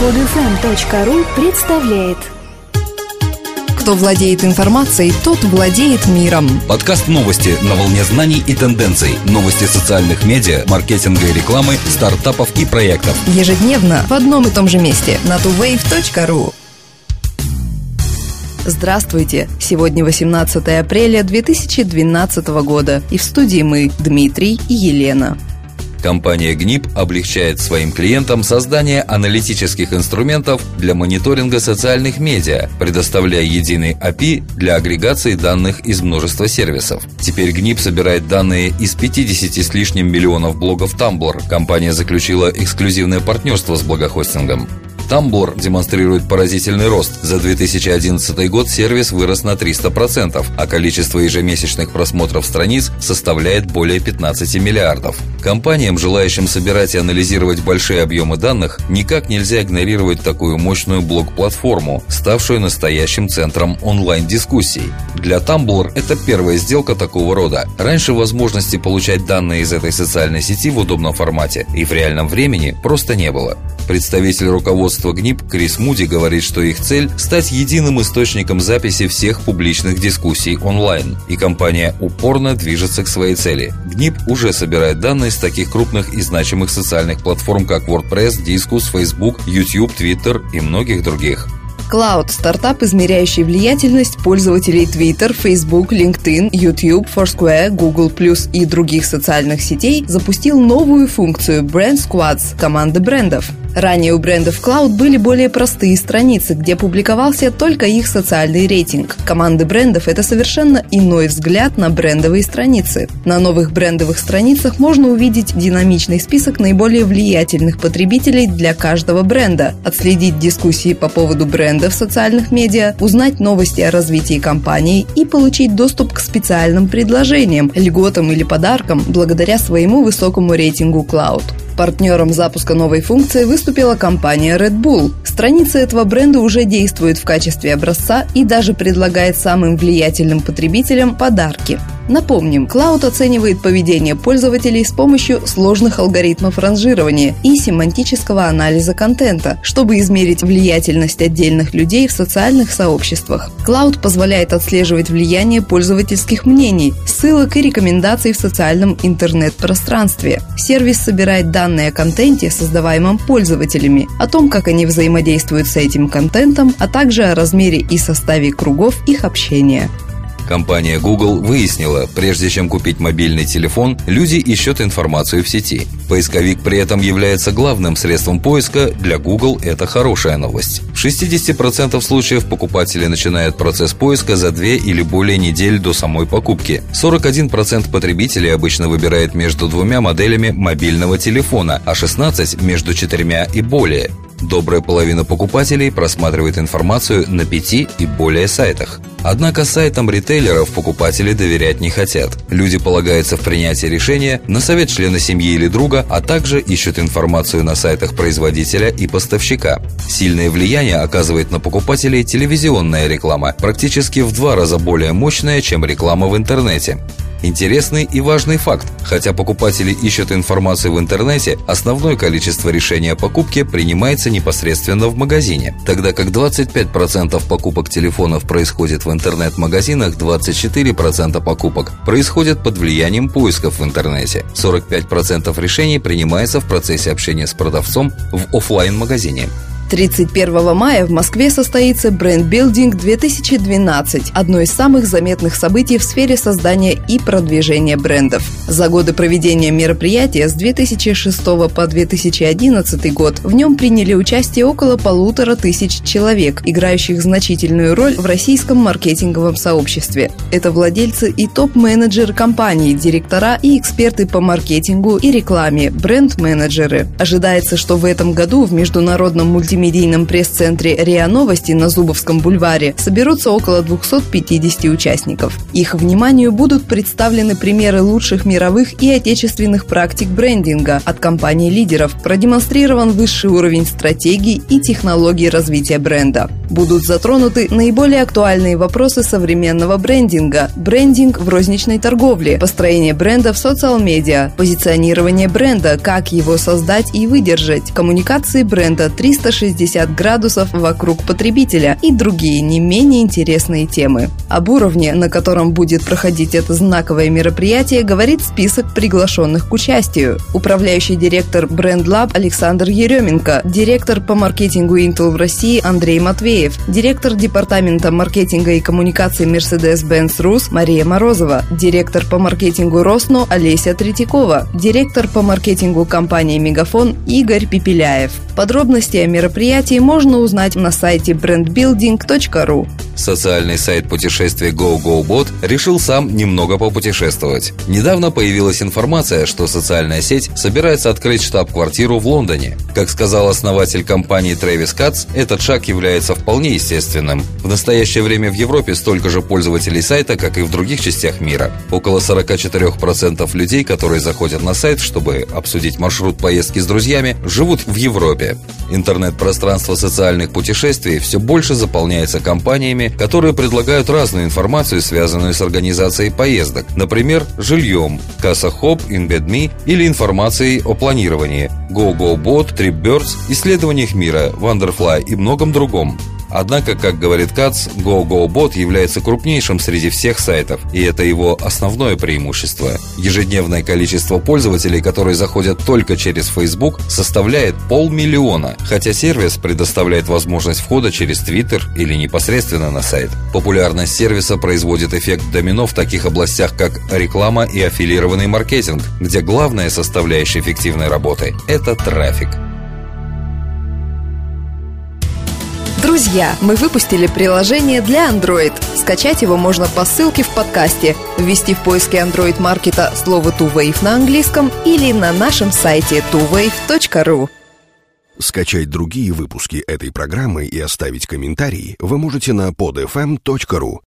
Podfm.ru представляет. Кто владеет информацией, тот владеет миром. Подкаст новости на волне знаний и тенденций. Новости социальных медиа, маркетинга и рекламы, стартапов и проектов. Ежедневно в одном и том же месте на tuwave.ru. Здравствуйте! Сегодня 18 апреля 2012 года. И в студии мы, Дмитрий и Елена. Компания GNIP облегчает своим клиентам создание аналитических инструментов для мониторинга социальных медиа, предоставляя единый API для агрегации данных из множества сервисов. Теперь GNIP собирает данные из 50 с лишним миллионов блогов Tumblr. Компания заключила эксклюзивное партнерство с блогохостингом. Tumblr демонстрирует поразительный рост. За 2011 год сервис вырос на 300%, а количество ежемесячных просмотров страниц составляет более 15 миллиардов. Компаниям, желающим собирать и анализировать большие объемы данных, никак нельзя игнорировать такую мощную блог-платформу, ставшую настоящим центром онлайн-дискуссий. Для Tumblr это первая сделка такого рода. Раньше возможности получать данные из этой социальной сети в удобном формате и в реальном времени просто не было. Представитель руководства GNIP Крис Муди говорит, что их цель – стать единым источником записи всех публичных дискуссий онлайн, и компания упорно движется к своей цели. GNIP уже собирает данные с таких крупных и значимых социальных платформ, как WordPress, Disqus, Facebook, YouTube, Twitter и многих других. Cloud – стартап, измеряющий влиятельность пользователей Twitter, Facebook, LinkedIn, YouTube, Foursquare, Google+, и других социальных сетей, запустил новую функцию Brand Squads – команды брендов. Ранее у брендов Cloud были более простые страницы, где публиковался только их социальный рейтинг. Команды брендов – это совершенно иной взгляд на брендовые страницы. На новых брендовых страницах можно увидеть динамичный список наиболее влиятельных потребителей для каждого бренда, отследить дискуссии по поводу бренда в социальных медиа, узнать новости о развитии компании и получить доступ к специальным предложениям, льготам или подаркам благодаря своему высокому рейтингу Cloud. Партнером запуска новой функции выступила компания Red Bull. Страница этого бренда уже действует в качестве образца и даже предлагает самым влиятельным потребителям подарки. Напомним, Cloud оценивает поведение пользователей с помощью сложных алгоритмов ранжирования и семантического анализа контента, чтобы измерить влиятельность отдельных людей в социальных сообществах. Cloud позволяет отслеживать влияние пользовательских мнений, ссылок и рекомендаций в социальном интернет-пространстве. Сервис собирает данные о контенте, создаваемом пользователями, о том, как они взаимодействуют с этим контентом, а также о размере и составе кругов их общения. Компания Google выяснила, прежде чем купить мобильный телефон, люди ищут информацию в сети. Поисковик при этом является главным средством поиска, для Google это хорошая новость. В 60% случаев покупатели начинают процесс поиска за 2 или более недель до самой покупки. 41% потребителей обычно выбирает между 2 моделями мобильного телефона, а 16% между 4 и более. Добрая половина покупателей просматривает информацию на 5 и более сайтах. Однако сайтам ритейлеров покупатели доверять не хотят. Люди полагаются в принятии решения на совет члена семьи или друга, а также ищут информацию на сайтах производителя и поставщика. Сильное влияние оказывает на покупателей телевизионная реклама, практически в 2 раза более мощная, чем реклама в интернете. Интересный и важный факт. Хотя покупатели ищут информацию в интернете, основное количество решений о покупке принимается непосредственно в магазине. Тогда как 25% покупок телефонов происходит в интернет-магазинах, 24% покупок происходят под влиянием поисков в интернете. 45% решений принимается в процессе общения с продавцом в офлайн-магазине. 31 мая в Москве состоится Brand Building 2012, одно из самых заметных событий в сфере создания и продвижения брендов. За годы проведения мероприятия с 2006 по 2011 год в нем приняли участие около 1500 человек, играющих значительную роль в российском маркетинговом сообществе. Это владельцы и топ-менеджеры компаний, директора и эксперты по маркетингу и рекламе, бренд-менеджеры. Ожидается, что в этом году в международном мультимедийном пресс-центре РИА Новости на Зубовском бульваре соберутся около 250 участников. Их вниманию будут представлены примеры лучших мировых и отечественных практик брендинга от компаний-лидеров, продемонстрирован высший уровень стратегий и технологий развития бренда. Будут затронуты наиболее актуальные вопросы современного брендинга, брендинг в розничной торговле, построение бренда в социал-медиа, позиционирование бренда, как его создать и выдержать, коммуникации бренда 360 градусов вокруг потребителя и другие не менее интересные темы. Об уровне, на котором будет проходить это знаковое мероприятие, говорит список приглашенных к участию. Управляющий директор Brand Lab Александр Еременко, директор по маркетингу Intel в России Андрей Матвеев, директор департамента маркетинга и коммуникации Mercedes-Benz Rus Мария Морозова, директор по маркетингу Росно Олеся Третьякова, директор по маркетингу компании Мегафон Игорь Пепеляев. Подробности о мероприятии можно узнать на сайте brandbuilding.ru. Социальный сайт путешествий GoGoBot решил сам немного попутешествовать. Недавно появилась информация, что социальная сеть собирается открыть штаб-квартиру в Лондоне. Как сказал основатель компании Трэвис Катц, этот шаг является вполне естественным. В настоящее время в Европе столько же пользователей сайта, как и в других частях мира. Около 44% людей, которые заходят на сайт, чтобы обсудить маршрут поездки с друзьями, живут в Европе. Интернет-пространство социальных путешествий все больше заполняется компаниями, которые предлагают разную информацию, связанную с организацией поездок, например, жильем, CasaHop, InBedMe или информацией о планировании, GoGoBot, TripBirds, исследованиях мира, Wonderfly и многом другом. Однако, как говорит Катц, GoGoBot является крупнейшим среди всех сайтов, и это его основное преимущество. Ежедневное количество пользователей, которые заходят только через Facebook, составляет 500 000, хотя сервис предоставляет возможность входа через Twitter или непосредственно на сайт. Популярность сервиса производит эффект домино в таких областях, как реклама и аффилированный маркетинг, где главная составляющая эффективной работы – это трафик. Друзья, мы выпустили приложение для Android. Скачать его можно по ссылке в подкасте, ввести в поиске Android маркета слово TwoWave на английском или на нашем сайте twowave.ru. Скачать другие выпуски этой программы и оставить комментарии вы можете на podfm.ru.